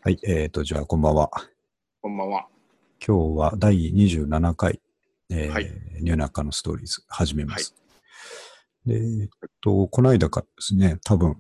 はい、じゃあ、こんばんは。 こんばんは。 今日は第27回、 はい。 ニューナカのストーリーズ始めまはい。 す。で、この間からですね、多分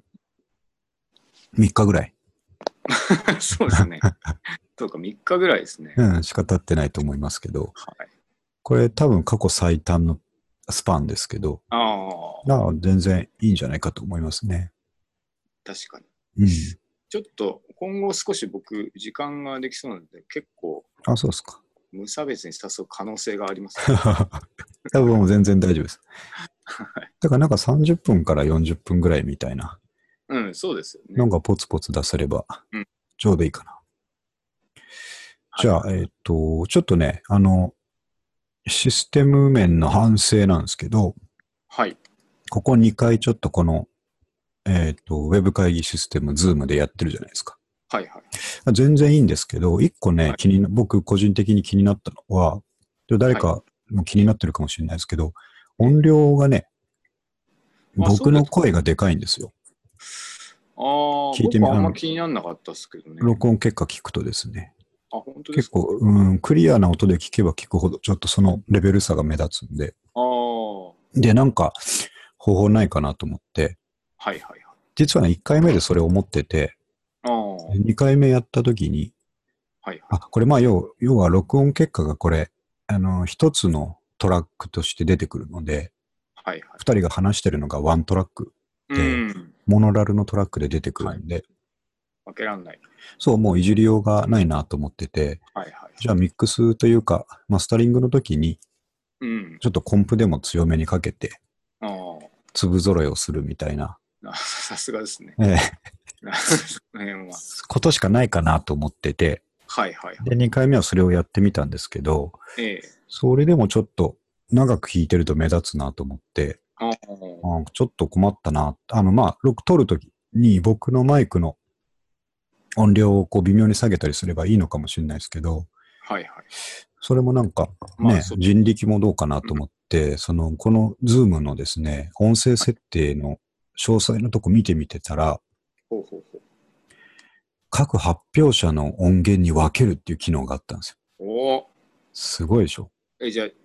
3日ぐらい、 そうですね。そうか、3日ぐらいですね。 うん、しか経ってないと思いますけど、 はい。 これ多分過去最短のスパンですけど、 ああ、 全然いいんじゃないかと思いますね。 確かに。 うん。 ちょっと、今後少し僕、時間ができそうなので、結構、 あ、そうですか。 無差別に誘う可能性がありますね。 多分もう全然大丈夫です。 はい。 だからなんか30分から40分ぐらいみたいなうん、そうですよね。 のがポツポツ出せればうん。 ちょうどいいかな。 はい。 じゃあ、ちょっとね、システム面の反省なんですけど、 はい。 ここ2回ちょっとこの、ウェブ会議システム、ズームでやってるじゃないですか。 はい。はい。 全然いいんですけど、1個ね、 はい。 僕個人的に気になったのは、誰はい。 かも気になってるかもしれないですけど、 え音量がね、 あ、そ僕のうですか。 声がでかいんですよ。 ああ、 聞いてみ、 僕はあんま気にならなかったですけどね。 録音結果聞くとですね、 あ、本当ですか。 結構、クリアな音で聞けば聞くほど、ちょっとそのレベル差が目立つんで、 ああ、はで、なんか、方法ないかなと思って、 い。はい。はい。 実はね、1回目でそれを思ってて、 ああ、は 2回目やった時に、 い。はい。 これまあ要は録音結果がこれ、一つのトラックとして出てくるので、 はい。はい。 二人が話してるのがワントラックうで、 ん。 モノラルのトラックで出てくるはい。 んで、 分けらんない。 そう、もういじりようがないなと思ってて、 はい。はい。 じゃあミックスというか、マスタリングの時に、 うん。 ちょっとコンプでも強めにかけて、 ああ、 粒揃えをするみたいな、 さすがですね。 えーその辺は。 ことしかないかなと思ってて、 はいはいはで、2回目はそれをやってみたんですけど、 い。ええ。 それでもちょっと長く弾いてると目立つなと思って、 ああ、 ちょっと困ったな。まあ、撮るときに僕のマイクの音量をこう微妙に下げたりすればいいのかもしれないですけど、 はいはい。 それもなんかね、 まあそう。 人力もどうかなうん。 と思って、このズームのですね、音声設定の詳細のとこ見てみてたら、 ほうほうほう。 各発表者の音源に分けるっていう機能があったんですよ。 おお。 すごいでしょ？ じゃあ、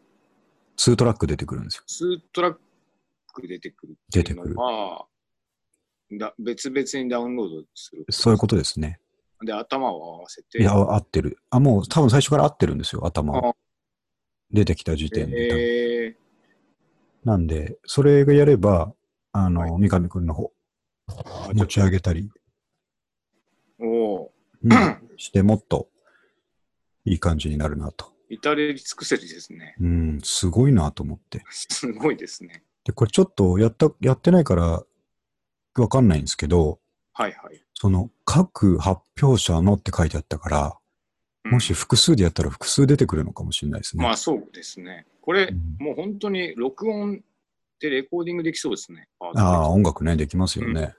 2 トラック出てくるんですよ。 2トラック出てくるっていうの出てくる。 は、別々にダウンロードすることそういうこですか？ とですね。 で、頭を合わせいや、 て、 合ってる。もう多分最初から合ってるんですよ、頭を。 あ出てきた時点で多分。 ええ。 なんで、それがやれば、 はい。 三上くんの方、持ちちょっと、 上げたり、 おお。 うん、してもっといい感じになるなと。 至れり尽くせりですね。 うん、すごいなと思って。 すごいですね。 で、これちょっとやってないからわかんないんですけど、 はいはい。 その各発表者のって書いてあったから、もしうん。 複数でやったら複数出てくるのかもしれないですね。 まあそうですね。これ、 うん、 もう本当に録音でレコーディングできそうですね。パートああ、 別。 音楽ね、できますうん。 よね。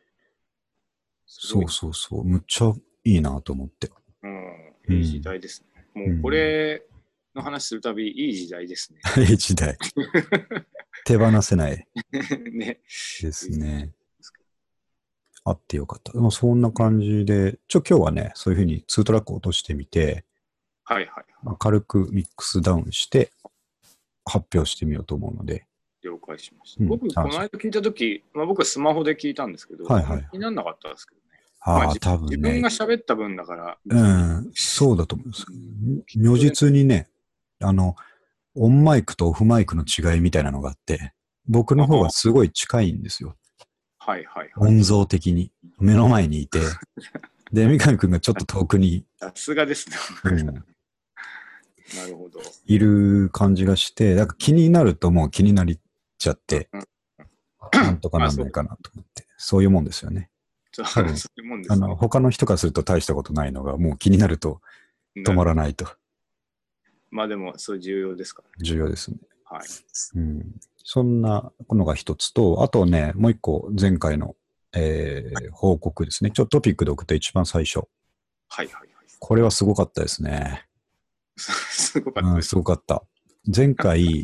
そうすごいな。 そうそう。むっちゃいいなと思って。 うん。いい時うん。 代ですね。もうこうん。 れの話するたび、いい時代ですね。 いい時代。手放せないね。 ですいい時代でね。 すけあってよかった。でもそんなど。うん。 感じで、今日はね、そういうふうに2トラック落としてみて、 はいはい。 軽くミックスダウンして発表してみようと思うので、 了解しました。 うん、 僕、この間聞いたとき、まあ、僕はスマホで聞いたんですけど、 はいはい。 あんま気にならなかったですけどね。まあ、 ああ、多自分が分ね、 喋った分だからう別に、 ん、そうだと思うんです。 うん、 如それ、 実にね、あの、オンマイクとオフマイクの違いみたいなのがあって、僕の方がああ、 すごい近いんですよ。 はいはいはい。 音像的に。目の前にいて、で、三上くんがちょっと遠くに、 さすがですね。 うん、 なるほど。 いる感じがして、だから気になるともう気になりちゃって、 うん。 なんとかまあそう、 なんないかなと思って。そういうもんですよね。 そう、 多分、 そういうもんですね。 他の人からすると大したことないのが、もう気になると止なるほど。 まらないと。 まあでも、そう重要ですからね。 重要ですね。 はい。 うん。そんなのが一つと、あとね、もう一個、前回の、報告ですね。トピックで送った一番最初。 はいはいはい。 これはすごかったですね。 すごかったうん、すですか。 ごかった。前回、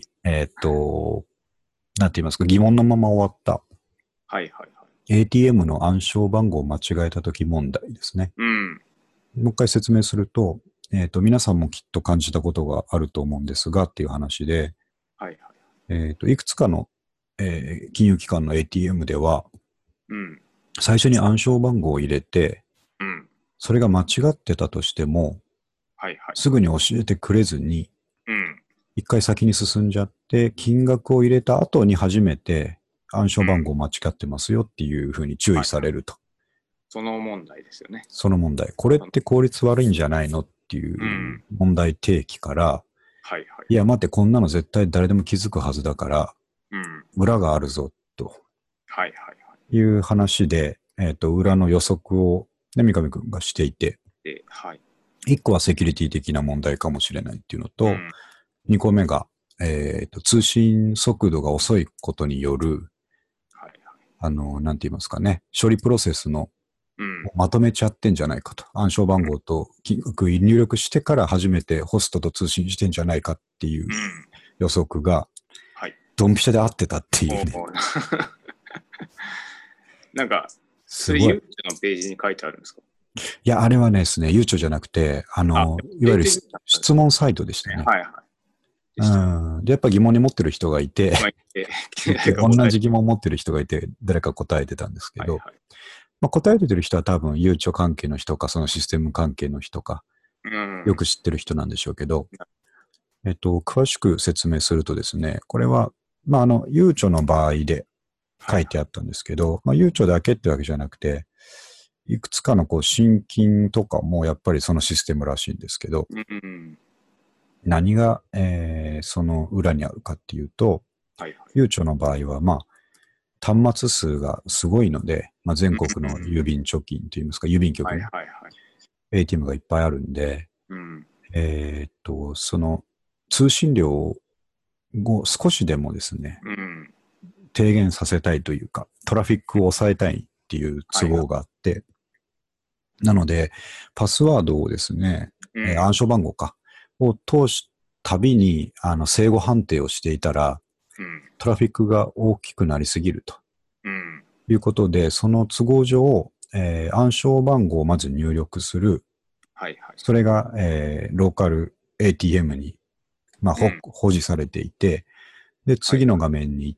なんて言いますか、疑問のまま終わったはいはいはい。 ATM の暗証番号を間違えた時問題ですね。 うん。 もう一回説明すると、皆さんもきっと感じたことがあると思うんですがっていう話で、 はいはい。 いくつかの、金融機関の ATM では、 うん。 最初に暗証番号を入れて、 うん。 それが間違ってたとしても、 はいはい。 すぐに教えてくれずに、 うん。 一回先に進んじゃって、金額を入れた後に初めて暗証番うん。 号間違ってますよっていうふうに注意はいはい。 されると。 その問題ですよね。 その問題。これって効率悪いんじゃないのっていうん。 う問題提起から、 はいはい。 いや待って、こんなの絶対誰でも気づくはずだから、 うん。 裏があるぞ、とはいはいはい。 いう話で、裏の予測を、ね、三上くんがしていて、 で、はい。 一個はセキュリティ的な問題かもしれないっていうのと、 うん。 二個目が、通信速度が遅いことによる、 はいはい。 なんて言いますかね、処理プロセスのうん。 まとめちゃってんじゃないかと。暗証番号と金額入力してから初めてホストと通信してんじゃないかっていううん。 予測が、 はい。 ドンピシャで合ってたっていうね。 おーなんか、それ、 すごい。 ゆうちのページに書いてあるんですか？ いや、あれはねですね、悠長じゃなくて、 あ、 いわゆるページだったんです質問サイトでしたね。 ね。 はいはい。でうしたね。 ん。で、やっぱ疑問に持ってる人がいて、 まあ、言って、 いて、同誰か答えて。 じ疑問を持ってる人がいて、誰か答えてたんですけど、 はいはい。 まあ、答えてる人は多分、悠長関係の人か、そのシステム関係の人か、 うん。 よく知ってる人なんでしょうけど、詳しく説明するとですね、これは、まあ、悠長の場合ではいはい。 書いてあったんですけど、まあ、悠長だけってわけじゃなくて、いくつかのこう、新金とかもやっぱりそのシステムらしいんですけど、 うん。 何が、その裏にあるかっていうと、 はいはい。 悠長の場合は、まあ、端末数がすごいので、まあ、全国の郵便貯金といいますか、郵便局はいのはいはい。 ATM がいっぱいあるんで、 うん。 その通信量を少しでもですね、 うん。 低減させたいというか、トラフィックを抑えたいっていう都はいはい。 合があって、なので、パスワードをですね、 うん。 暗証番号か、を通すたびに、正誤判定をしていたら、 うん。 トラフィックが大きくなりすぎるとうん。 いうことで、その都合上、暗証番号をまず入力する。 はいはい。 それが、ローカル ATM に、まあ、 うん。 保持されていて、で、 はい。 次の画面に行って、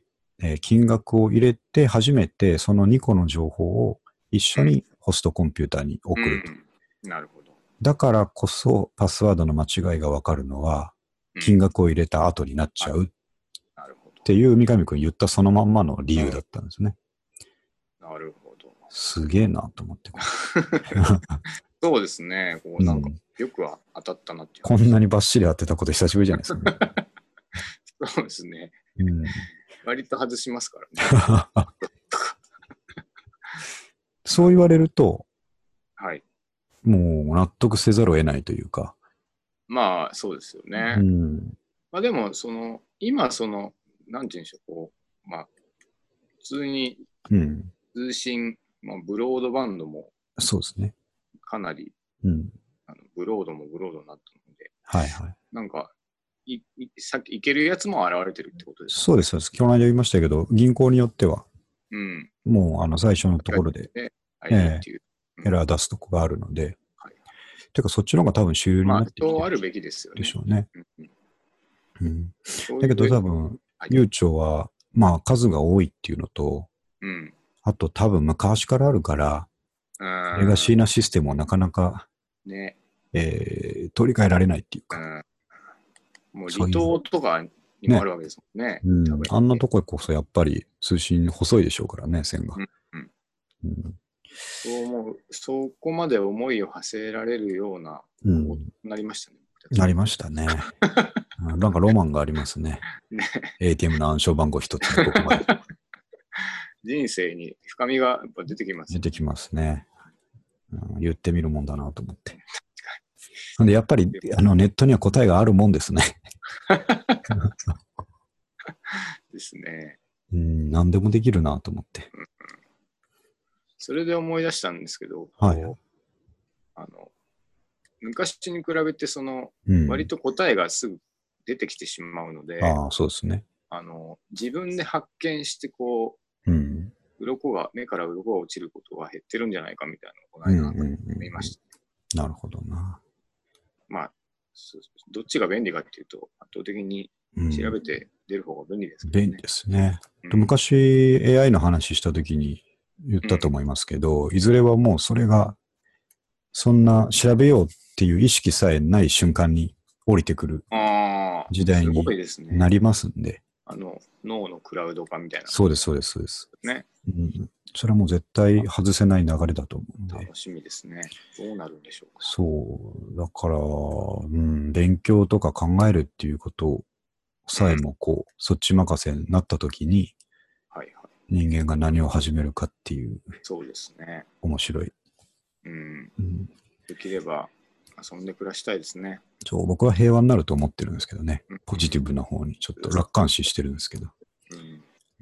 金額を入れて初めてその2個の情報を一うん。 緒にホストコンピューターに送ると。 うん。なるほど。 だからこそパスワードの間違いがわかるのはうん。 金額を入れた後になっちあ、 ゃうっなるほど。 ていう三上くん言ったそのまんまの理由だうん。 ったんですね。 なるほど。 すげえなと思って。 そうですね。こう、なんか、 うん、 よくは当たったなっていうこんな話。 にバッシリ当てたこと久しぶりじゃないですかね。 そうですね。 うん、 割と外しますからね。 そう言われると、 はい。 もう納得せざるを得ないというか。 まあ、そうですようね。 ん、 まあでも、今、なんて言うんでしょう、まあ、普通にうん、 通信、まあ、ブロードバンドもそうですね。 かなり、 うん、 ブロードもブロードになったので、 はいはい。 なんか、さっきいけるやつも現れてるってことですそうです。去年言いましたけど、銀行によっては、 もんね。 もう最初のところで、 で、ID っえていう。うエん。 ラー出すとこがあるので、 はい。 てかそっちの方が多分主流にまあ、 なってきてるそうあるべきですよね。 でしょうね。 うんうん、 うん、 そうだけどいう、 多分、 はい。 悠長は、まあ数が多いっていうのと、 うん。 あと多分昔からあるから、 うレガーん。 シーなシステムをなかなか、 ね。 取り替えられないっていうか、 うん。もう離そういう、 島とかにもあね、 るわけですもんね。 うん、 多分。 あんなとここそやっぱり通信細いでしょうからね、線が。 うん。うん。 うん、 そう思う。そこまで思いを馳せられるような、こうん、 うなりましたね。僕たちなりましたね。なんかロマンがありますね。 ね。 ATM の暗証番号一つでここまで人生に深みがやっぱ出てきますよね。 出てきますね。言ってみるもんだなと思って。なんでやっぱりネットには答えがあるもんですね。 ですね。 うん、何でもできるなと思って。 それで思い出したんですけど、 はい。 あの、昔に比べてうん、 割と答えがすぐ出てきてしまうので、 ああ、そうですね。 自分で発見して、 うん、 目から鱗が落ちることが減ってるんじゃないかみたいなのをこのうん、 間うん、うん。 見ました。 なるほどな。 まあ、どっちが便利かっていうと、圧倒的に調べて出る方が便利ですけどね。 便利ですね。 うん、 昔 AI の話したときに言ったと思いますけど、いずれはもうそれが、そんな調べようっていう意識さえない瞬間に降りてくるああ、すご時代にいですね。 なりますんで。 脳のクラウド化みたいなそうです、そうです、そうです。 ね。 それはもう絶対外せない流れだと思うんで。 楽しみですね。どうなるんでしょうか。 そう。だから、勉強とか考えるっていうことさえもそっち任せになった時に、 はいはい。 人間が何を始めるかっていう、 そうですね。 面白い。 うん。 うん、 できれば遊んで暮らしたいですね。 そう、僕は平和になると思ってるんですけどね。 うん。 ポジティブな方にちょっと楽観視してるんですけど。 うん。 うん、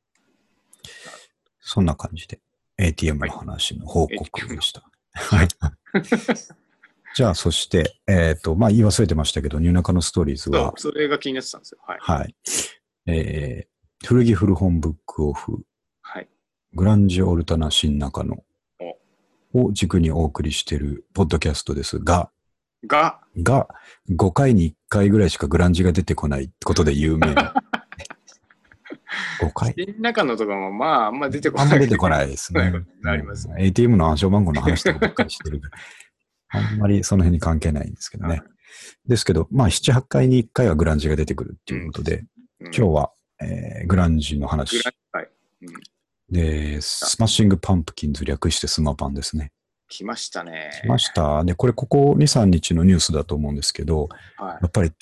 そんな感じで ATM の話の報告でした。はい。じゃあ、そして、言い忘れてましたけど、ニューナカのストーリーズは、 それが気になってたんですよ。はい。 はい。古着古本ブックオフ、 はい。 グランジオルタナ新中野おを軸にお送りしているポッドキャストですが、 が、 5回に1回ぐらいしかグランジが出てこないことで有名。5回新中野とかもまあ、あんま出てこない。 あんま出てこないですね。 ありますね。 ATM の暗証番号の話とかばっかりしてるから、あんまりその辺に関係ないんですけどね。ですけど、まあ、7、8回に1回はグランジが出てくるっていうことで、今日は、グランジの話。で、スマッシングパンプキンズ略してスマパンですね。 来ましたね。 来ました。で、これここ2、3日のニュースだと思うんですけど、やっぱり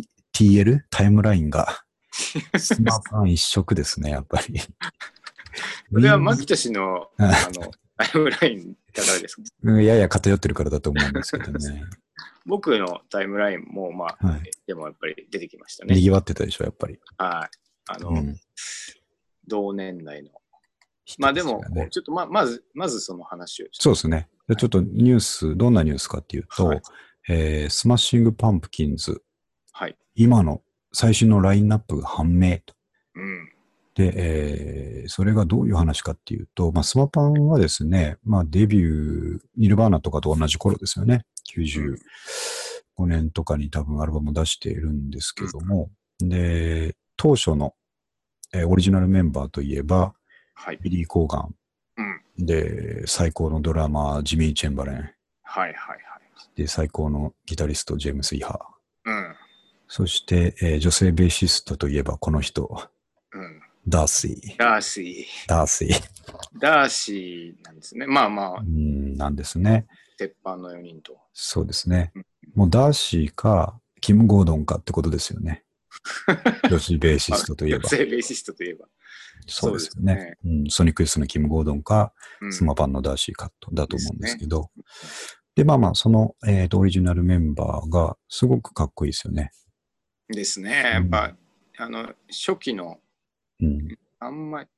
TL タイムラインがスマパン一色ですね、やっぱり。 これは牧田氏のタイムラインだからですか？ やや偏ってるからだと思うんですけどね。 僕のタイムラインも、まあ、でもやっぱり出てきましたね。 賑わってたでしょ、やっぱり。 はい。同年代の。まあでも、ちょっとまずその話を。 そうですね。ちょっとニュース、どんなニュースかっていうと、スマッシングパンプキンズ。 はい。 今の最新のラインナップが判明と。 うん。 で、それがどういう話かっていうと、スマパンはですね、デビュー、ニルバーナとかと同じ頃ですよね。95年とかに多分アルバムを出しているんですけども、で、当初の、オリジナルメンバーといえば、ビリー・コーガン、で、最高のドラマー、ジミー・チェンバレン、で、最高のギタリスト、ジェームス・イハー、そして、女性ベーシストといえばこの人、ダーシー。ダーシーなんですね。まあまあ。 なんですね。 鉄板の4人と。 そうですね。もうダーシーか、キム・ゴードンかってことですよね。女子ベーシストといえば。 女性ベーシストといえば。 そうですよね。ソニックユースのキム・ゴードンか、スマパンのダーシーかだと思うんですけど。で、その、オリジナルメンバーがすごくかっこいいですよね。 ですね。やっぱ、初期の、あんまり、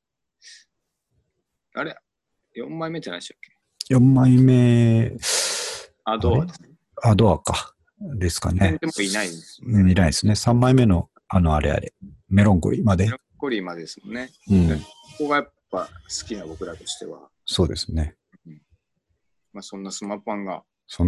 あれ ?4 枚目って何でしたっけ？ 4枚目、 アドアですね。 アドアか。ですかね。 でもいないんですよね。 いないですね。3枚目の、あれ、メロンコリーまで。 メロンコリーまでですもんね。ここがやっぱ好きな僕らとしては。 そうですね。 そんなスマパンが、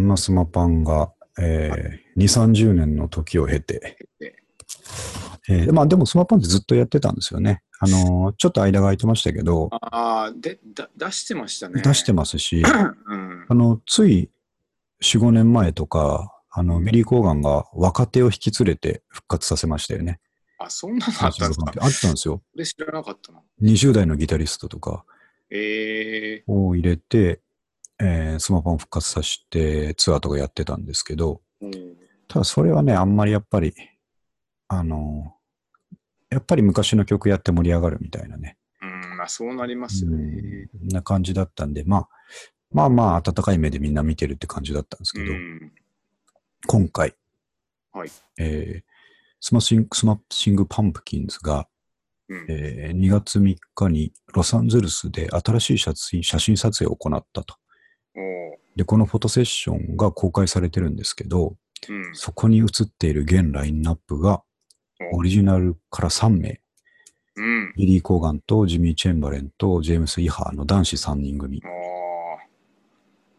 2、30年の時を経て、でもスマパンってずっとやってたんですよね。ちょっと間が空いてましたけど、 出してましたね。 出してますし、つい4、5年前とか、ビリー・コーガンが若手を引き連れて復活させましたよね。 そんなのあったんですか？ あったんですよ。 知らなかったな。 20代のギタリストとかを入れて、スマパンを復活させてツアーとかやってたんですけど、ただそれはね、あんまりやっぱり昔の曲やって盛り上がるみたいなね。 そうなりますよね。 な感じだったんで、温かい目でみんな見てるって感じだったんですけど、今回、スマッシングパンプキンズが、2月3日にロサンゼルスで新しい写真撮影を行ったと。で、このフォトセッションが公開されてるんですけど、そこに写っている現ラインナップが、オリジナルから3名、ビリー・コーガンとジミー・チェンバレンとジェームス・イハーの男子3人組。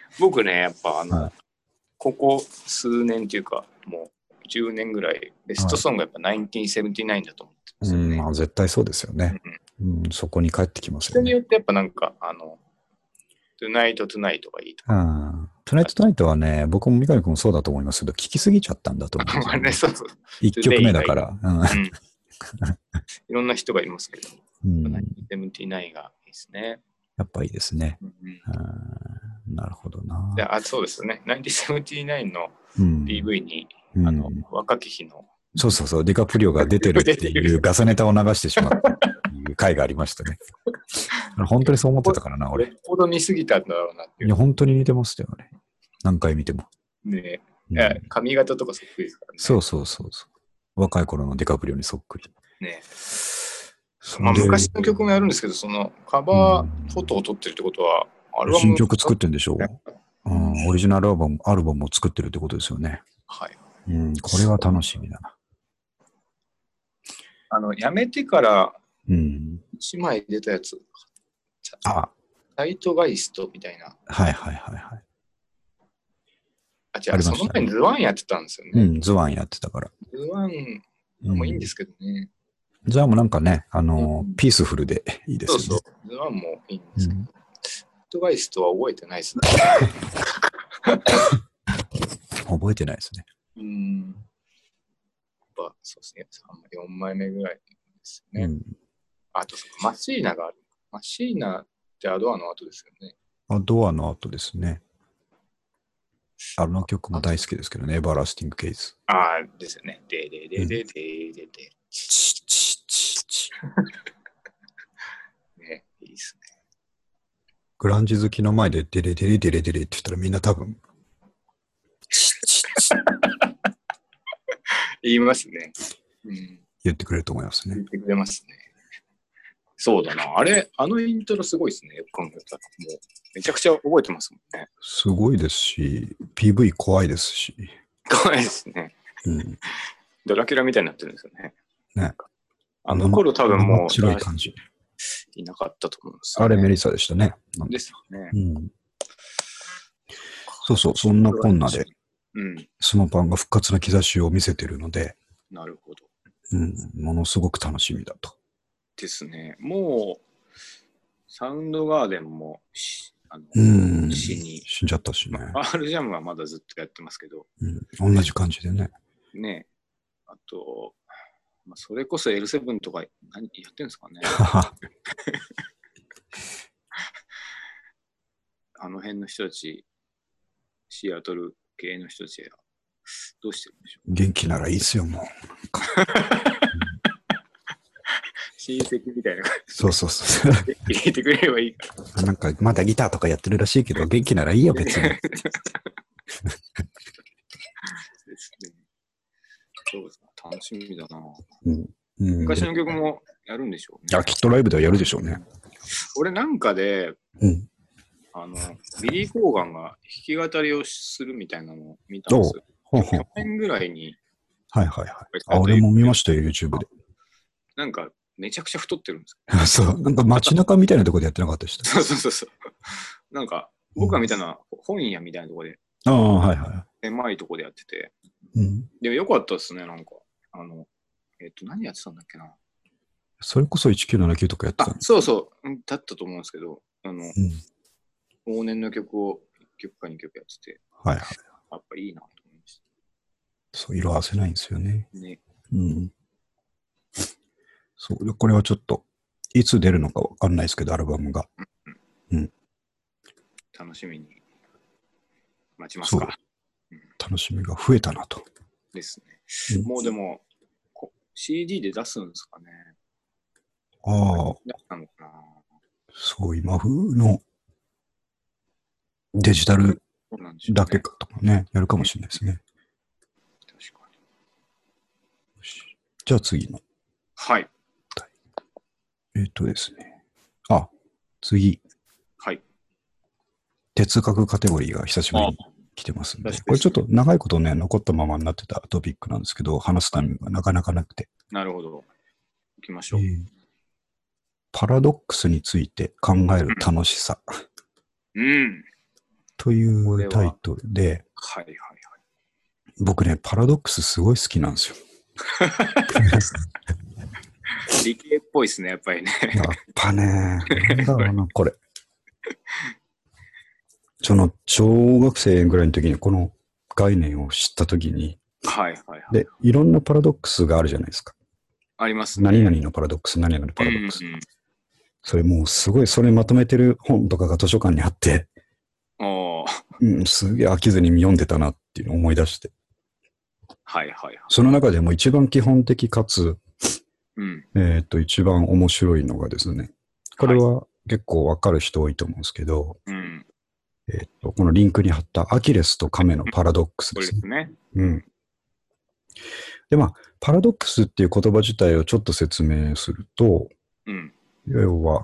僕ね、やっぱはい、 ここ数年というか、もう10年ぐらい、ベストソングやっぱ1979だと思ってますよね。 まあ絶対そうですよね。そこに帰ってきますよね。 人によってやっぱなんか、トゥナイトトゥナイトがいいとか。 トゥナイトトゥナイトはね、僕も三上君もそうだと思いますけど、聞きすぎちゃったんだと思うんですよね。 そうそう。 一曲目だから。 いろんな人がいますけど、79がいいですね。 やっぱいいですね。なるほどな。 そうですね。1979の PV に、若き日の。 そうそうそう、ディカプリオが出てるっていうガサネタを流してしまったっていう回がありましたね。本当にそう思ってたからな、俺。 よっぽど似すぎたんだろうなっていう。 いや、本当に似てましたよね。何回見ても。 ね髪型とかそっくりですからね。 そうそうそう。若い頃のディカプリオにそっくり。 ね昔の曲もやるんですけど、そのカバーフォトを撮ってるってことは、 新曲作ってるんでしょう。オリジナルアルバムを作ってるってことですよね。 はい。 これは楽しみだな。 辞めてから1枚出たやつ。サイトガイストみたいな。 はい。 じゃあ、その前にズワンやってたんですよね。 ズワンやってたから。 ズワンもいいんですけどね。 ズワンもなんかね、ピースフルでいいですよね。 そう。ズワンもいいんですけど。サイトガイストは覚えてないですね。 覚えてないですね。 ぱそうですね、4枚目ぐらいですね。あと、マシーナがある。マシーナってアドアの後ですよね。 アドアの後ですね。あの曲も大好きですけどね、エバーラスティングケース。 ああ、ですよね。ででででででで。 チチチチ。 ね、いいっすね。 グランジ好きの前でデレデレデレデレって言ったらみんな多分、チチチ言いますね。 言ってくれると思いますね。 言ってくれますね。そうだな。あのイントロすごいですね。よく考えたら。もう、めちゃくちゃ覚えてますもんね。 すごいですし、PV 怖いですし。 怖いですね。ドラキュラみたいになってるんですよね。 ね。 あの頃多分もう、 白い感じ。 いなかったと思うんですよね。あれメリッサでしたね。 ですよね。 そうそう、そんなこんなで、スマパンが復活の兆しを見せてるので、 なるほど。 ものすごく楽しみだと。 ですね。もう、サウンドガーデンも死んじゃったしね。 R ジャムはまだずっとやってますけど。 同じ感じでね。 ね。あと、それこそ L7 とかやってるんですかね。あの辺の人たち、シアトル系の人たちはどうしてるんでしょう。 元気ならいいっすよ、もう。 親戚みたいな感じ。 そう。 入れてくれればいいから。なんか、まだギターとかやってるらしいけど、元気ならいいよ、別に。 ですね。そうですね。楽しみだな。昔の曲もやるんでしょうね。 きっとライブではやるでしょうね。 俺なんかで、ビリー・コーガンが弾き語りをするみたいなのを見たんですよ。去年ぐらいに。 はい。俺も見ましたよ、YouTube で。 なんか、めちゃくちゃ太ってるんですよ。そう。なんか街中みたいなところでやってなかったでした。 そう。なんか、僕が見たのは本屋みたいなところで。狭いところでやってて。でもよかったですね、なんか。何やってたんだっけな。 それこそ1979とかやってたんですか。そう。だったと思うんですけど、往年の曲を1曲か2曲やってて。やっぱいいなと思いました。 そう、色褪せないんですよね。そう、これはちょっと、いつ出るのかわかんないですけど、アルバムが。 楽しみに待ちますか。 楽しみが増えたなと。 ですね。もうでも、CD で出すんですかね。出したのかな。 そう、今風のデジタルだけかとかね、やるかもしれないですね。 確かに。 じゃあ次の。 はい。 ですね。次。 はい。 哲学カテゴリーが久しぶりに来てますんで、これちょっと長いことね、残ったままになってたトピックなんですけど、話すタイミングがなかなかなくて。 なるほど。行きましょう。 パラドックスについて考える楽しさ。というタイトルで、僕ね、パラドックスすごい好きなんですよ。 理系っぽいですね、やっぱりね。 やっぱね、なんだろうな、これ。小学生ぐらいの時にこの概念を知った時に、で、いろんなパラドックスがあるじゃないですか。 ありますね。 何々のパラドックス、何々のパラドックス。それもうすごい、それまとめてる本とかが図書館にあって、すげえ飽きずに読んでたなっていうのを思い出して。その中でも一番基本的かつ、一番面白いのがですね、これは結構わかる人多いと思うんですけど、このリンクに貼ったアキレスとカメのパラドックスですね。で、パラドックスっていう言葉自体をちょっと説明すると、要は、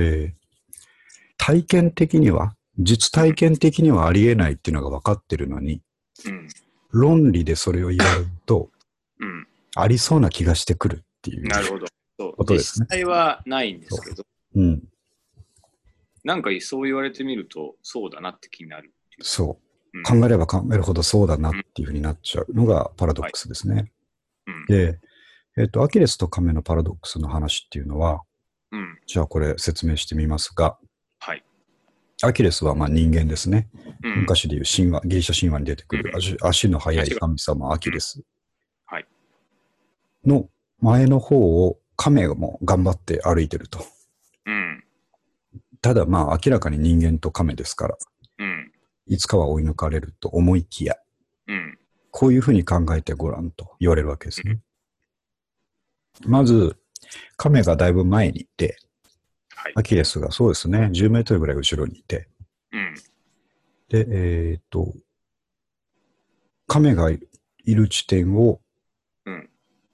体験的には、実体験的にはありえないっていうのが分かってるのに、論理でそれをやると、ありそうな気がしてくるっていうことですね。 実際はないんですけど、なんかそう言われてみると、そうだなって気になる。 そう。考えれば考えるほどそうだなっていうふうになっちゃうのがパラドックスですね。で、アキレスとカメのパラドックスの話っていうのは、じゃあこれ説明してみますが、アキレスは人間ですね。昔でいう神話、ギリシャ神話に出てくる足の速い神様アキレス。 の前の方を亀も頑張って歩いてると。 うん。 ただまあ明らかに人間と亀ですから、 うん。 いつかは追い抜かれると思いきや、 うん。 こういうふうに考えてごらんと言われるわけですね。まず、亀がだいぶ前にいて、 はい。 アキレスがそうですね、10メートルぐらい後ろにいて、 うん。 で、亀がいる地点をうん。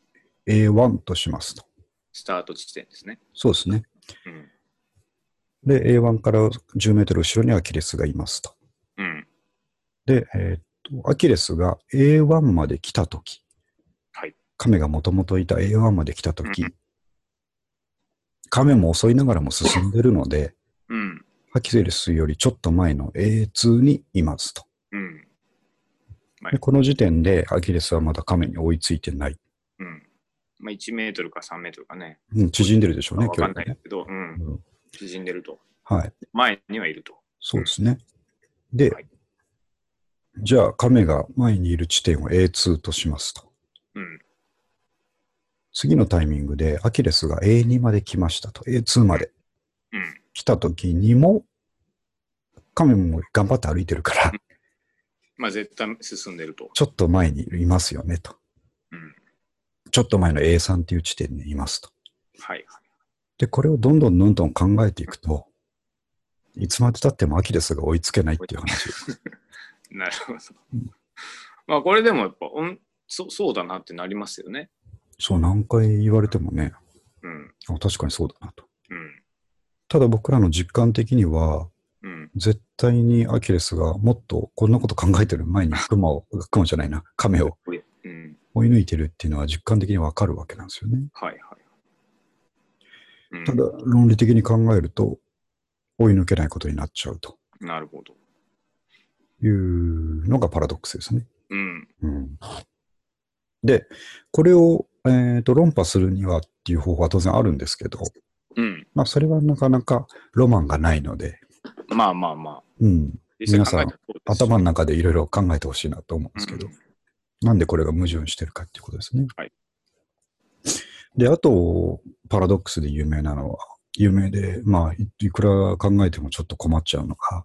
A1 としますと。 スタート地点ですね。 そうですね。 うん。 で、A1 から10メートル後ろにアキレスがいますと。 うん。 で、アキレスが A1 まで来たとき、 はい。 亀がもともといた A1 まで来たとき、 うん。 亀も襲いながらも進んでるので、 うん。 アキレスよりちょっと前の A2 にいますと。 うん。はでい。 この時点でアキレスはまだ亀に追いついてない。 うん。まあ、1メートルか3メートルかね。 うん、縮んでるでしょうね、 わかんないで距離がね。 すけど、うん。 うん、 縮んでると。 はい。 前にはいると。 そうですね。で、 はい。 じゃあ亀が前にいる地点を A2 としますと。 うん。 次のタイミングでアキレスが A2 まで来ましたと。A2 までうん。 来た時にも、亀も頑張って歩いてるから、 まあ、絶対進んでると。 ちょっと前にいますよねと。 うん。 ちょっと前の A3 っていう地点にいますと。 はいはい。 で、これをどんどん考えていくと、いつまで経ってもアキレスが追いつけないっていう話です。 なるほど。まあ、これでもやっぱ、そうだなってなりますよね。 そう、何回言われてもね、 うん。 確かにそうだなと。 うん。 ただ僕らの実感的には、 うん。 絶対にアキレスがもっとこんなこと考えてる前に熊じゃないな、亀をうん。 追い抜いてるっていうのは実感的にわかるわけなんですよね。 はいはい。うん、 ただ、論理的に考えると、追い抜けないことになっちゃうとなるほど。 いうのがパラドックスですね。 うん。 うん、で、これを、論破するにはっていう方法は当然あるんですけど、 うん。 まあ、それはなかなかロマンがないので、 まあまあまあ。 うん、皆さん、 ね、 頭の中でいろいろ考えてほしいなと思うんですけど、なんでこれが矛盾してるかっていうことですね。 はい。 で、あと、パラドックスで有名なのは、有名で、まあ、いくら考えてもちょっと困っちゃうのが、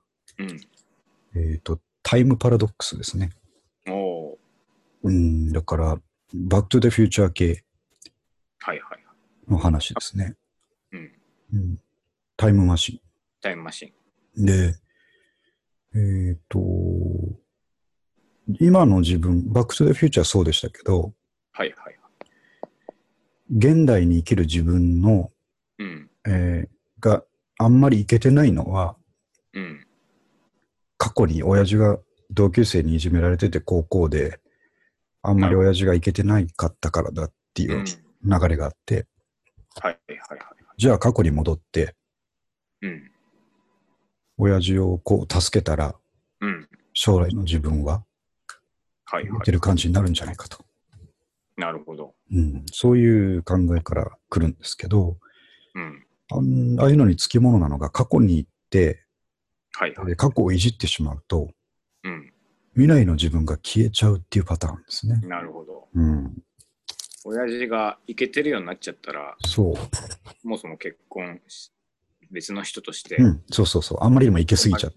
タイムパラドックスですね。 おだから、バックトゥザフューチャー系の話ですね。タイムマシン。 タイムマシン。で、今の自分、バックトゥザフューチャーそうでしたけど、現代に生きる自分の、があんまりいけてないのは、過去に親父が同級生にいじめられてて高校で、あんまり親父がいけてないかったからだっていう流れがあって、じゃあ過去に戻って、親父をこう助けたら、将来の自分はいけてる感じになるんじゃないかと。 なるほど。 そういう考えから来るんですけど、ああいうのにつきものなのが過去に行って、過去をいじってしまうと、未来の自分が消えちゃうっていうパターンですね。 なるほど。親父がイケてるようになっちゃったら、 そう。 もうその結婚、別の人として。 そう。あんまりにもイケすぎちゃって、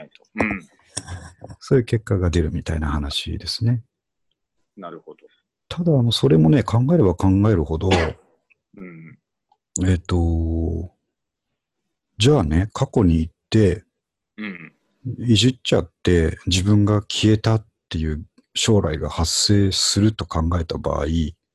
そういう結果が出るみたいな話ですね。 なるほど。 ただ、それもね、考えれば考えるほど、じゃあね、過去に行って、いじっちゃって自分が消えたっていう将来が発生すると考えた場合、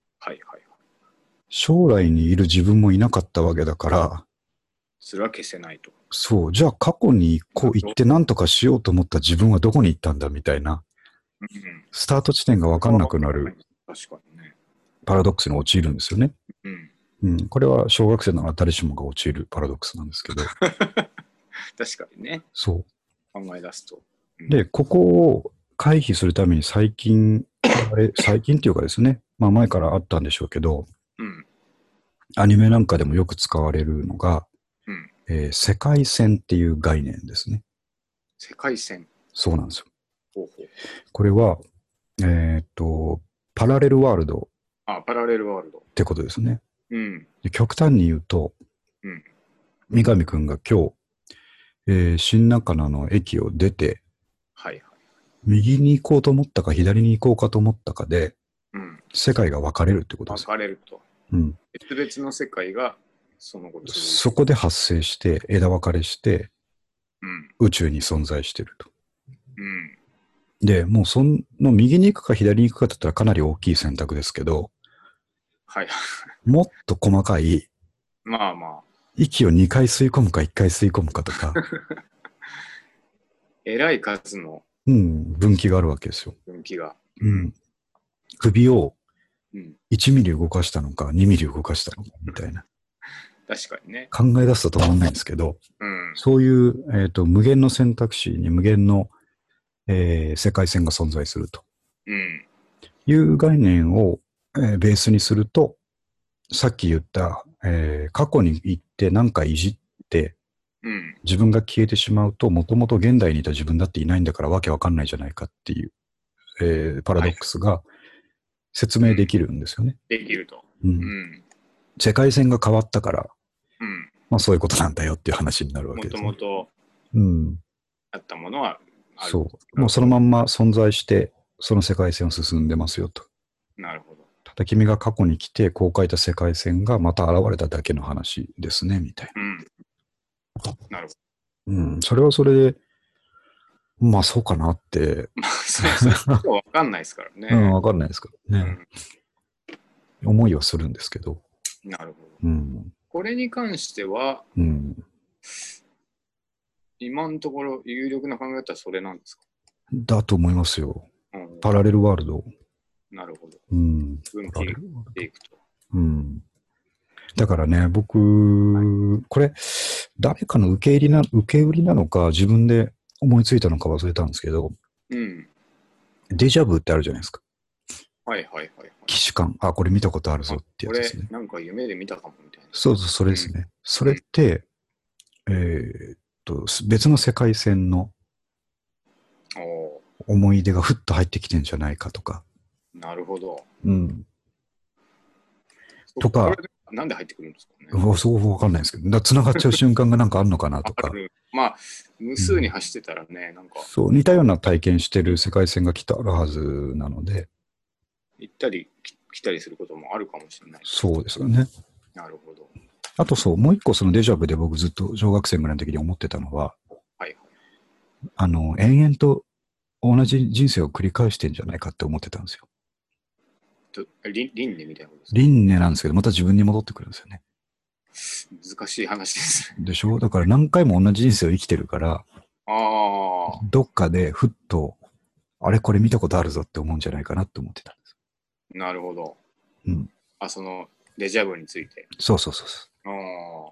将来にいる自分もいなかったわけだから、 それは消せないと。 そう、じゃあ過去にこう行って何とかしようと思った自分はどこに行ったんだみたいな、スタート地点が分かんなくなるパラドックスに陥るんですよね。これは小学生なら誰しもが陥るパラドックスなんですけど。 確かにね。 そう。 考え出すと。 で、ここを回避するために最近っていうかですね、まあ前からあったんでしょうけど、アニメなんかでもよく使われるのが、世界線っていう概念ですね。 世界線。 そうなんですよ。これは、パラレルワールドあ、パラレルワールド。 ってことですね。 うん。 で極端に言うと、 うん。 三上くんが今日、新中野の駅を出て、 はいはい。 右に行こうと思ったか左に行こうかと思ったかで、 うん。 世界が分かれるってことです分かれると。 うん。 別々の世界がその後続いてそこで発生して枝分かれしてうん。 宇宙に存在してると。 うん。 で、もうその右に行くか左に行くかだったらかなり大きい選択ですけど、 はい。 もっと細かいまあまあ。 息を2回吸い込むか1回吸い込むかとか、 えらい数のうん、分岐があるわけですよ。 分岐が。 うん。首をうん。 1ミリ動かしたのか2ミリ動かしたのかみたいな。 確かにね。 考え出すと止まんないんですけど、 うん。 そういう、無限の選択肢に無限の、世界線が存在するとうん。 いう概念を、ベースにすると、さっき言った、過去に行って何かいじってうん。 自分が消えてしまうと、もともと現代にいた自分だっていないんだからわけわかんないじゃないかっていう、パラドックスが説明できるんですよね。 できると。 うん。 うん。 世界線が変わったから、 うん。 まあそういうことなんだよっていう話になるわもとけですね。 もとうん。 あったものはある。 そう。もうそのまんま存在して、その世界線を進んでますよと。 なるほど。 ただ君が過去に来て、こう書いた世界線がまた現れただけの話ですね、みたいうん。なるほど。 な。うん。それはそれで、まあそうかなって。 まあ、それはわかんないですからね。 うん、わかんないですからね。 うん。 思いはするんですけど。 なるほど。 うん。 これに関しては、 うん。 今のところ有力な考え方はそれなんですか？ だと思いますよ。 うん。 パラレルワールド。 なるほど。 うん。 分岐パラレルワールド。 していくと。 うん。だからね、僕、これ、誰かの受け売りなのか、自分で思いついたのか忘れたんですけど、 うん。 デジャブってあるじゃないですか。 はいはいはいはい。 既視感。あ、これ見たことあるぞあ、 ってやこれつですね。 なんか夢で見たかもみたいな。 そうそう、それですね。それって、別の世界線のお思い出がふっと入ってきてんじゃないかとか。 ー、なるほど。 うん。とか、 これなんで入ってくるんですかね。 そうわかんないですけど、繋がっちゃう瞬間がなんかあるのかなとか。 まあ、無数に走ってたらね、なんか、 そう、似たような体験してる世界線がきっとあるはずなので。 行ったり来たりすることもあるかもしれない。 そうですよね。 なるほど。 あとそう、もう一個そのデジャブで僕ずっと小学生ぐらいの時に思ってたのは、 はい延々と同じ人生を繰り返してんじゃないかって思ってたんですよ。 輪廻みたいなことですか？ 輪廻なんですけど、また自分に戻ってくるんですよね。 難しい話ですね。 でしょ？だから何回も同じ人生を生きてるから、 ああ、 どっかでふっと、あれこれ見たことあるぞって思うんじゃないかなって思ってたんです。 なるほど。 うん。 あ、そのデジャブについて。 そうそうそうそう。 あ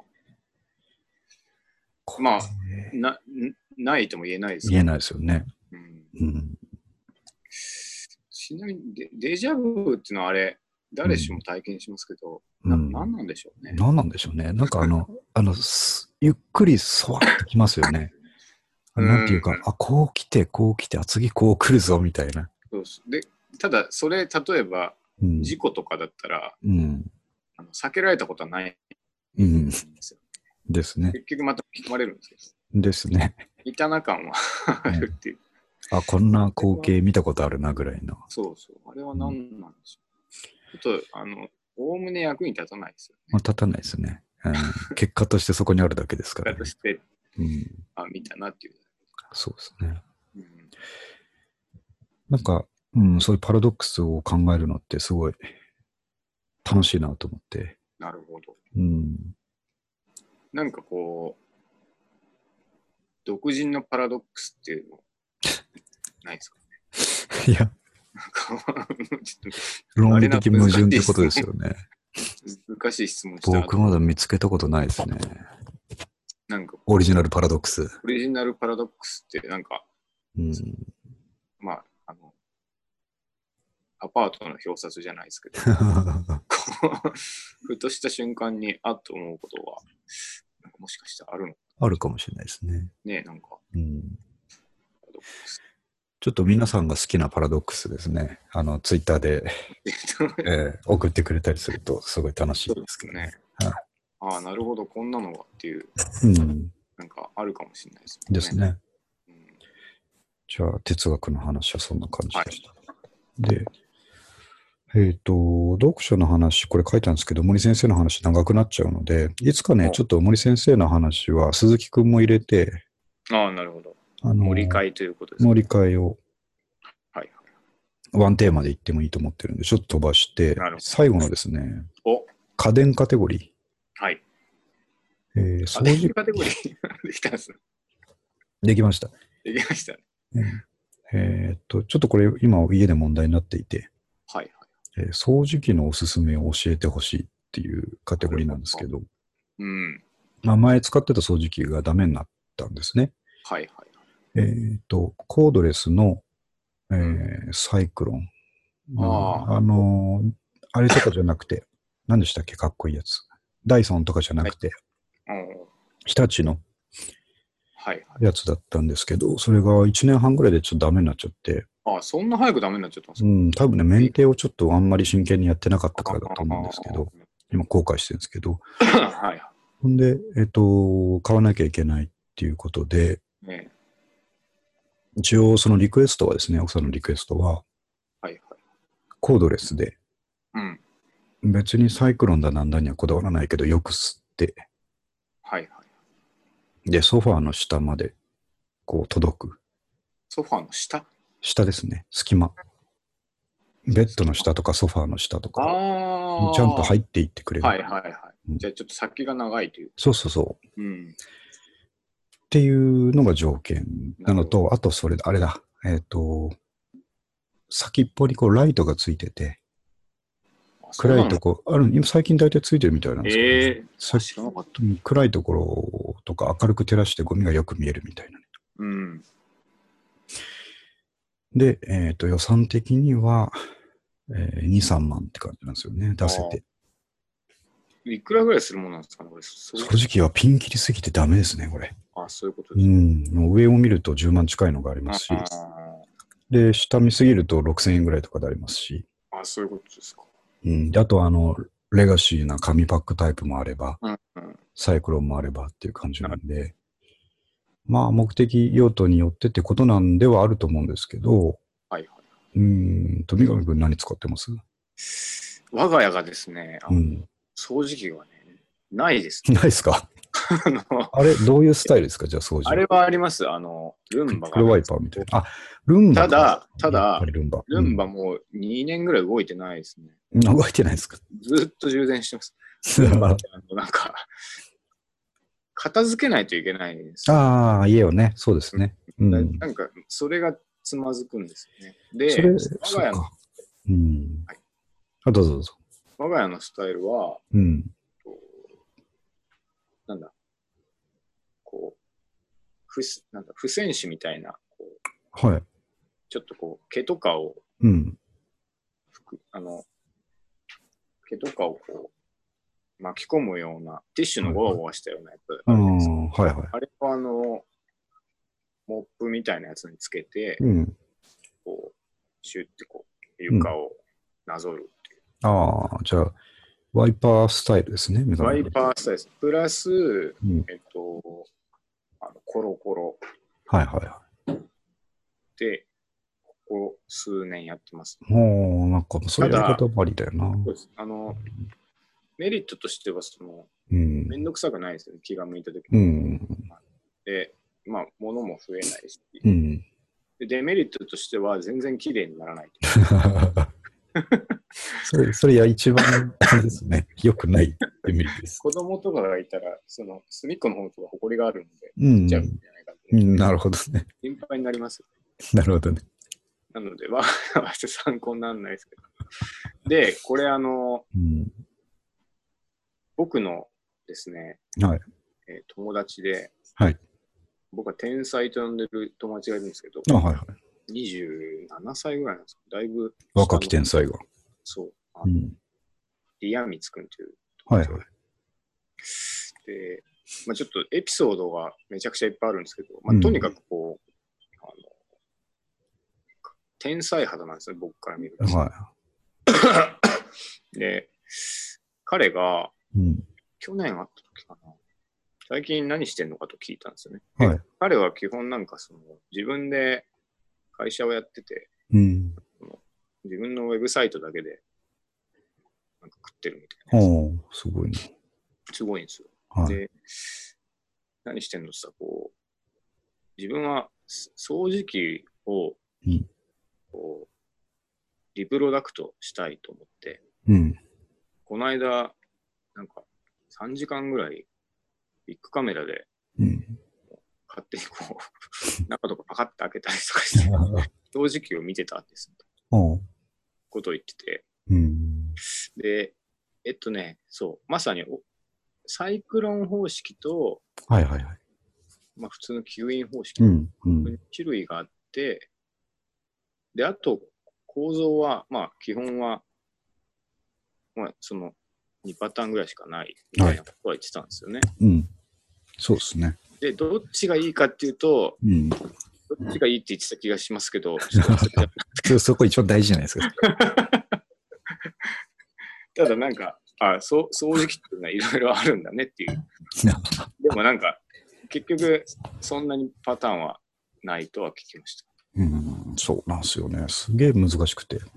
あ、まあないとも言えないです言えないですよね。 うん、 うん。 ちなみにデジャブっていうのはあれ、誰しも体験しますけど、何なんでしょうね。 何なんでしょうね。なんかゆっくりそわってきますよね。なんていうか、あ、こう来て、あ、次こう来るぞ、みたいな。 そうで、ただ、それ、例えば、事故とかだったら、避けられたことはないんですよ。 ですね。 結局また引き込まれるんですけど。ですね。 いたな感はあるっていう。 あ、こんな光景見たことあるな、ぐらいの。 そうそう。あれは何なんでしょう。ちょっと、おおむね役に立たないですよね。 まあ、立たないですね。結果としてそこにあるだけですから、ね。 結果として、見たなっていう。 そうですね。なんか、そういうパラドックスを考えるのってすごい楽しいなと思って。 なるほど。なんかこう、独自のパラドックスっていうのないですかね。いや、論理的矛盾ってことですよね。 難しい質問した。 僕まだ見つけたことないですね。 なんかオリジナルパラドックス。 オリジナルパラドックスってなんか、まあ、アパートの表札じゃないですけど、ふとした瞬間にあっと思うことは、なんかもしかしたらあるの？ あるかもしれないですね。 ねえ、なんか。 ちょっと皆さんが好きなパラドックスですね。ツイッターで、送ってくれたりすると、すごい楽しいですけどね。 はい、ああ、なるほど、こんなのがっていう、なんかあるかもしれないですね。 ですね。じゃあ、哲学の話はそんな感じでした。で、読書の話、これ書いたんですけど、森先生の話長くなっちゃうので、いつかね、ちょっと森先生の話は鈴木くんも入れて、 ああ、なるほど。森会ということですね。森会を、ワンテーマで言ってもいいと思ってるんで、ちょっと飛ばして、最後のですね、家電カテゴリー。 はい。 掃除カテゴリーできたんです。 できました。 できました。 ちょっとこれ今家で問題になっていて、 はい掃除機のおすすめを教えてほしいっていうカテゴリーなんですけど、前使ってた掃除機がダメになったんですね。 はい。 コードレスの、サイクロン。あれとかじゃなくて、何でしたっけ、かっこいいやつ。ダイソンとかじゃなくて、日立のやつだったんですけど、それが1年半ぐらいでちょっとダメになっちゃって。 ああ、そんな早くダメになっちゃったんですか？多分ね、メンテをちょっとあんまり真剣にやってなかったからだと思うんですけど、今後悔してるんですけど。ほんで、買わなきゃいけないっていうことで、一応そのリクエストはですね、奥さんのリクエストは、コードレスで、別にサイクロンだなんだにはこだわらないけど、よく吸って、で、ソファーの下まで、こう届く。 ソファーの下？ 下ですね、隙間。ベッドの下とかソファーの下とか、ちゃんと入っていってくれる。 じゃあちょっと先が長いという。 そう。っていうのが条件なのと、あとそれ、あれだ、先っぽにこうライトがついてて、暗いとこ、今最近大体ついてるみたいなんですけど、知らなかった。暗いところとか明るく照らしてゴミがよく見えるみたいなね。で、予算的には、2、3万って感じなんですよね、出せて。 いくらぐらいするものなんですかね、これ。 掃除機はピン切りすぎてダメですね、これ。 そういうことですね。 上を見ると10万近いのがありますし、で、下見すぎると6000円ぐらいとかでありますし。 そういうことですか。 あとレガシーな紙パックタイプもあれば、サイクロンもあればっていう感じなんで、まあ目的用途によってってことなんではあると思うんですけど、三上君何使ってます？ 我が家がですね、掃除機がね、ないです。 ないですか？あれ、どういうスタイルですか？じゃあ掃除。 あれはあります。ルンバが。 黒ワイパーみたいな。ルンバ。 ただ、ルンバもう2年ぐらい動いてないですね。 動いてないですか？ ずっと充電してます。ルンバってなんか、片付けないといけないです、 家をね、そうですね。 なんか、それがつまずくんですよね。で、我が家の、 どうぞどうぞ。 我が家のスタイルは、なんだ、こう、不戦士みたいな、ちょっとこう、毛とかを、毛とかをこう、巻き込むような、ティッシュのゴワゴワしたようなやつあるじゃないですか。あれをモップみたいなやつにつけて、こう、シュッてこう、床をなぞるっていう。 じゃあ、ワイパースタイルですね。 ワイパースタイルです。プラス、コロコロ。で、ここ数年やってます。 なんか、そういうやり方もありだよな。 メリットとしては、めんどくさくないですよね。気が向いたときに。で、まあ、物も増えないし。で、デメリットとしては、全然綺麗にならない。 それ一番ですね。良くないデメリットです。 子供とかがいたら、隅っこの方とか埃があるので、切っちゃうんじゃないかって。 なるほどね。 心配になります。 なるほどね。 なので、参考にならないですけど。で、これ僕のですね、友達で、僕は天才と呼んでる友達がいるんですけど、27歳ぐらいなんですか。だいぶ。 若き天才が。 そう。リアミツくんという友達が。で、ちょっとエピソードがめちゃくちゃいっぱいあるんですけど、とにかくこう、 天才肌なんですよ、僕から見ると。 はで、彼が、 い。うん。 去年会った時かな。最近何してんのかと聞いたんですよね。 はい。 彼は基本なんか自分で会社をやってて、 うん。 自分のウェブサイトだけでなんか食ってるみたいな。 おー、すごいね。 すごいんですよ。 はい。 で、何してんのってさ、自分は掃除機をうん。 リプロダクトしたいと思って、 うん。 この間、なんか3時間ぐらいビッグカメラでうん。 勝手に中とかパカッて開けたりとかして、掃除機を見てたんですおー。 ことを言ってて。 うん。 で、そう、まさにサイクロン方式と、 はいはいはい。 まあ普通の吸引方式、 うん。うん。 種類があって、で、あと構造は、まあ基本は、まあその2パターンぐらいしかないみたいなことは言ってたんですよね。 うん。そうですね。 で、どっちがいいかっていうと、 うん。 どっちがいいって言ってた気がしますけど、ちょっと忘れちゃった。 そこ一番大事じゃないですか。 ただなんか、掃除機っていうのはいろいろあるんだねっていう。でもなんか、結局、そんなにパターンはないとは聞きました。 うん、そうなんですよね。すげえ難しくて。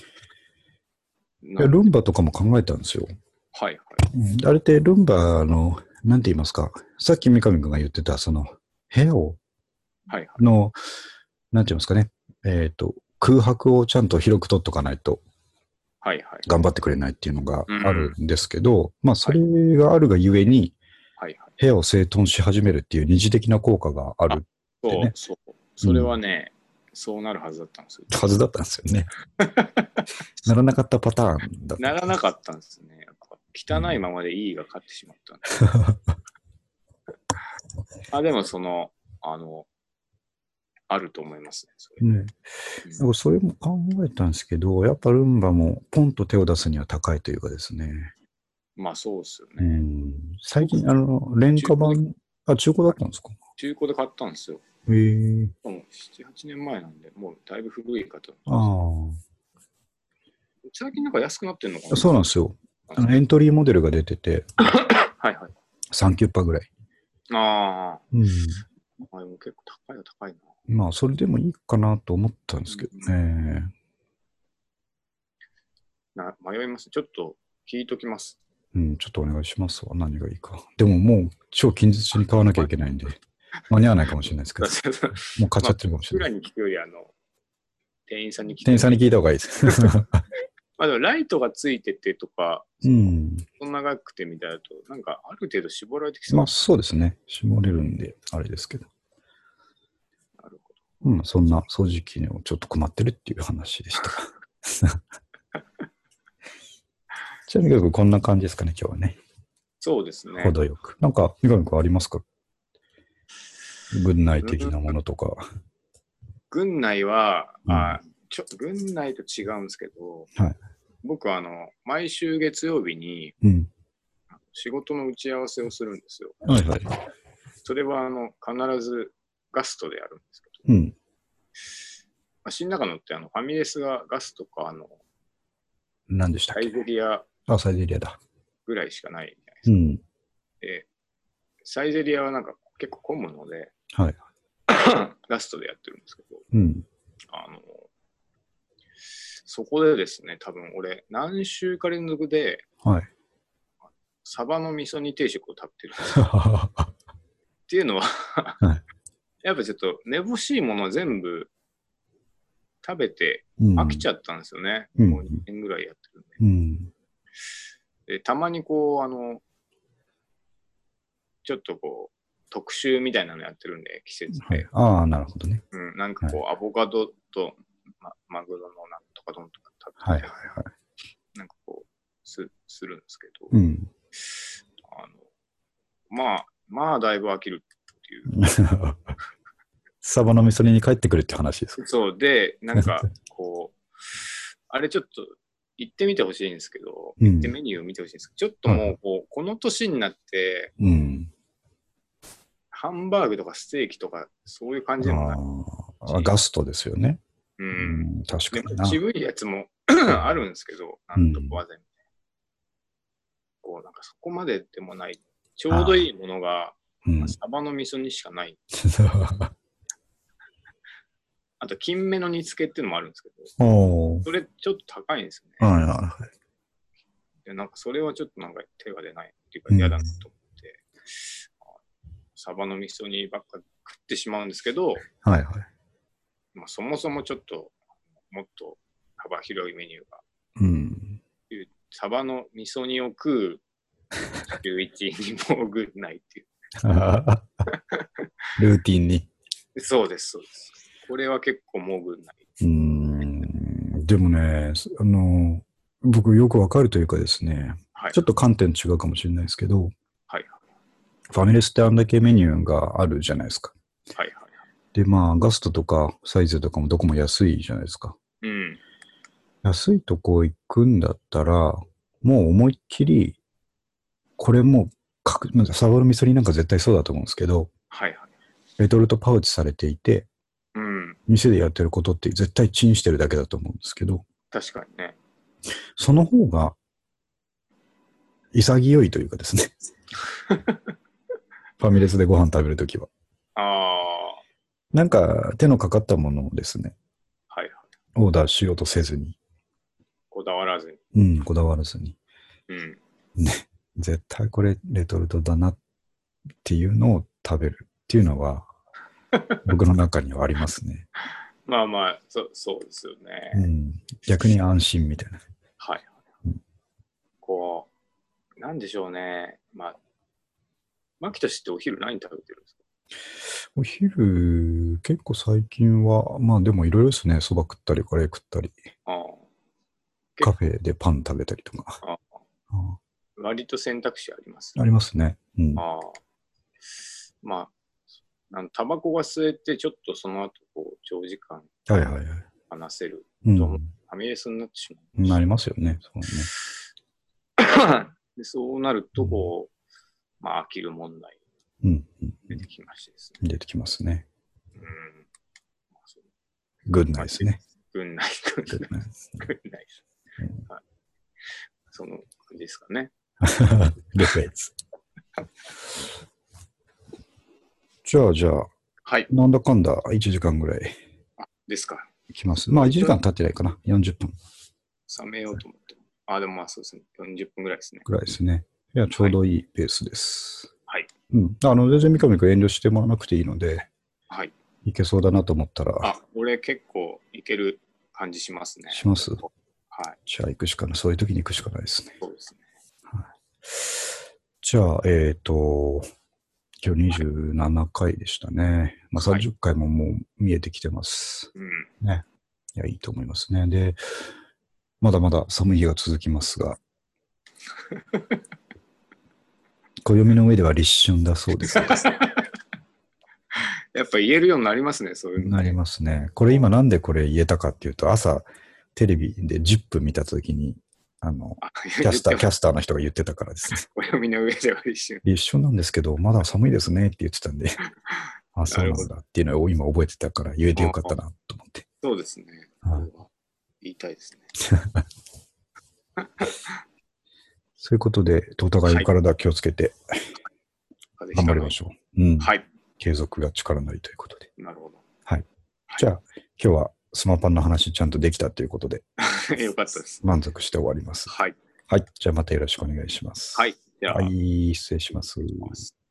ルンバとかも考えたんですよ。 はいはい。 あれってルンバの、なんて言いますか。さっき三上君が言ってた、部屋を、 はいはい。 なんて言いますかね。空白をちゃんと広く取っとかないと、 はいはい。 頑張ってくれないっていうのがあるんですけど、まあ、それがあるがゆえに、 はいはい。 部屋を整頓し始めるっていう二次的な効果があるってね。 そう。それはね、そうなるはずだったんですよ。 はずだったんですよね。ならなかったパターンだった。 ならなかったんですね。やっぱ汚いままでいいが勝ってしまったんで。でもあると思いますね。それね。なんかそれも考えたんですけど、やっぱルンバもポンと手を出すには高いというかですね。 まあそうですよね。 最近、廉価版、中古だったんですか？ 中古で買ったんですよ。 へえ。 もう7、8年前なんで、もうだいぶ古いかと。最近なんか安くなってんのかな？ そうなんですよ。エントリーモデルが出てて、 はいはい。 3キュッパぐらい。 ああ。でも結構高いな。 まあ、それでもいいかなと思ったんですけどね。 迷います。ちょっと聞いときます。 ちょっとお願いしますわ。何がいいか。でももう超近日に買わなきゃいけないんで、間に合わないかもしれないですけど、もう買っちゃってるかもしれない。 僕らに聞くより、店員さんに聞いた方がいいです。 でもライトがついててとか、そんな長くてみたいだと、なんかある程度絞られてきそう。 まあそうですね。絞れるんで、あれですけど。 なるほど。そんな掃除機をちょっと困ってるっていう話でした。ちなみにこんな感じですかね、今日はね。 そうですね。 程よく。なんか、三上君ありますか？軍内的なものとか。 軍内は、軍内と違うんですけど、僕は毎週月曜日に仕事の打ち合わせをするんですよ。それは必ずガストでやるんですけど、新中野ってファミレスがガスとか何でしたっけ？ サイゼリアサイゼリアだ。 ぐらいしかないみたいです。で、サイゼリアはなんか結構混むので、ガストでやってるんですけど、そこでですね、多分俺何週か連続で、サバの味噌煮定食を食べてるんですよ。っていうのはやっぱちょっと寝欲しいものは全部食べて飽きちゃったんですよね。もう2年ぐらいやってるんで。でたまにちょっと特集みたいなのやってるんで、季節で。 なるほどね。 なんかアボカドと、マグロのなんとか丼とか食べて、なんかするんですけど、まあだいぶ飽きるっていう。 サバの味噌煮に帰ってくるって話ですか？ そうで、なんかあれちょっと行ってみてほしいんですけど、行ってメニューを見てほしいんですけど、ちょっともうこの年になって、ハンバーグとかステーキとかそういう感じでもない。 ガストですよね。 確かにな。 でも渋いやつもあるんですけど、なんとこわぜみたいな。こう、なんかそこまででもない、ちょうどいいものが、サバの味噌煮しかない。あと、金目の煮付けっていうのもあるんですけど、それちょっと高いんですよね。で、なんかそれはちょっとなんか手が出ないっていうか嫌だなと思って、サバの味噌煮ばっか食ってしまうんですけど、まあ、そもそもちょっともっと幅広いメニューが、サバの味噌煮を食う週一に潜んないっていう。 ルーティンに。 そうです、そうです。これは結構潜んない。 でもね、僕よくわかるというかですね、ちょっと観点違うかもしれないですけど、ファミレスってあんだけメニューがあるじゃないですか。で、まあ、ガストとかサイズとかもどこも安いじゃないですか。安いとこ行くんだったら、もう思いっきり、これもう、サバの味噌煮なんか絶対そうだと思うんですけど、レトルトパウチされていて、店でやってることって絶対チンしてるだけだと思うんですけど、 確かにね。 その方が潔いというかですね。ファミレスでご飯食べるときは。なんか手のかかったものをですね、オーダーしようとせずに。 こだわらずに。 こだわらずに。ね、絶対これレトルトだなっていうのを食べるっていうのは、僕の中にはありますね。 まあまあ、そうですよね。 逆に安心みたいな。 こう、なんでしょうね。まあ、マキトシってお昼何食べてるんですか？ お昼、結構最近は、まあでもいろいろですね。蕎麦食ったり、カレー食ったり、カフェでパン食べたりとか。 割と選択肢ありますね。ありますね。 まあ、タバコが吸えて、ちょっとその後、こう、長時間話せると、ファミレスになってしまう。 なりますよね。 でそうなると、こう、まあ、飽きる問題出てきましてですね。 出てきますね。軍内ですね。 軍内です。その感じですかね。 レフェイツ。じゃあ、なんだかんだ1時間ぐらい。 ですか。 いきます。まあ1時間経ってないかな。40分。 冷めようと思って。でもまあそうですね。40分ぐらいですね。 ぐらいですね。いや、ちょうどいいペースです。全然三上君遠慮してもらわなくていいので、いけそうだなと思ったら。 俺結構いける感じしますね。 します？じゃあ行くしかない。そういう時に行くしかないですね。 そうですね。 じゃあ、今日27回でしたね。まあ30回ももう見えてきてます。ね。いや、いいと思いますね。で、まだまだ寒い日が続きますが、暦の上では立春だそうです。 やっぱ言えるようになりますね、そういうの。 なりますね。これ今なんでこれ言えたかっていうと、朝テレビでZIP見たときに、キャスターの人が言ってたからですね。 暦の上では立春。 立春なんですけど、まだ寒いですねって言ってたんで、そうなんだっていうのを今覚えてたから言えてよかったなと思って。 そうですね。言いたいですね。 そういうことで、お互い体気をつけて、頑張りましょう。継続が力なりということで。 なるほど。 じゃあ、今日はスマパンの話ちゃんとできたということで。 よかったです。 満足して終わります。じゃあまたよろしくお願いします。 では。 失礼します。